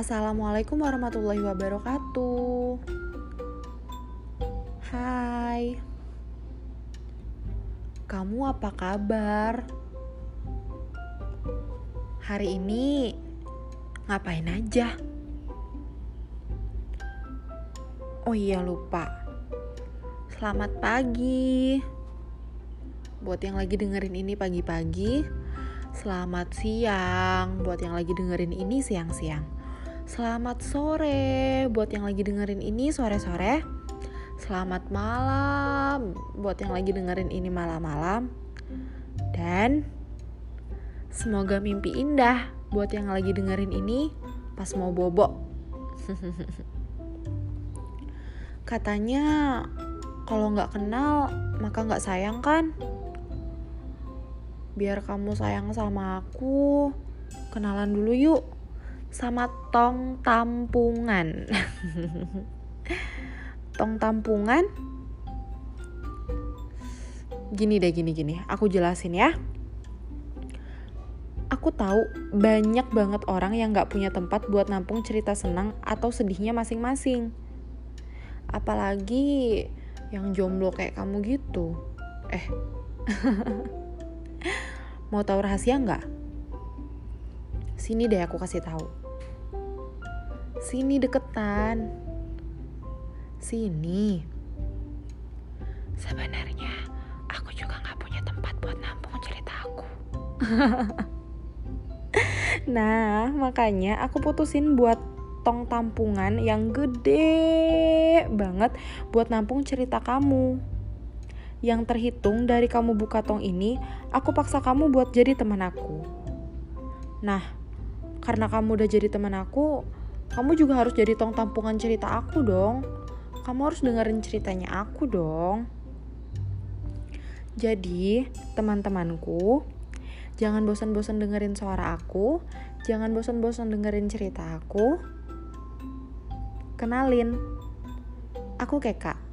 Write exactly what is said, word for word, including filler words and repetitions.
Assalamualaikum warahmatullahi wabarakatuh. Hai, kamu apa kabar? Hari ini ngapain aja? Oh iya lupa, selamat pagi. Buat yang lagi dengerin ini pagi-pagi, selamat siang. Buat yang lagi dengerin ini siang-siang. Selamat sore buat yang lagi dengerin ini sore-sore. Selamat malam buat yang lagi dengerin ini malam-malam. Dan semoga mimpi indah buat yang lagi dengerin ini pas mau bobo. Katanya kalau gak kenal maka gak sayang kan? Biar kamu sayang sama aku, kenalan dulu yuk sama Tong Tampungan. Tong Tampungan? Gini deh, gini-gini. Aku jelasin ya. Aku tahu banyak banget orang yang gak punya tempat buat nampung cerita senang atau sedihnya masing-masing. Apalagi yang jomblo kayak kamu gitu. Eh, mau tahu rahasia nggak? Sini deh aku kasih tahu. Sini deketan. Sini. Sebenarnya aku juga nggak punya tempat buat nampung cerita aku. Nah, makanya aku putusin buat tong tampungan yang gede banget buat nampung cerita kamu. Yang terhitung dari kamu buka tong ini, aku paksa kamu buat jadi teman aku. Nah, karena kamu udah jadi teman aku, kamu juga harus jadi tong tampungan cerita aku dong. Kamu harus dengerin ceritanya aku dong. Jadi, teman-temanku, jangan bosan-bosan dengerin suara aku, jangan bosan-bosan dengerin cerita aku. Kenalin, aku Keka.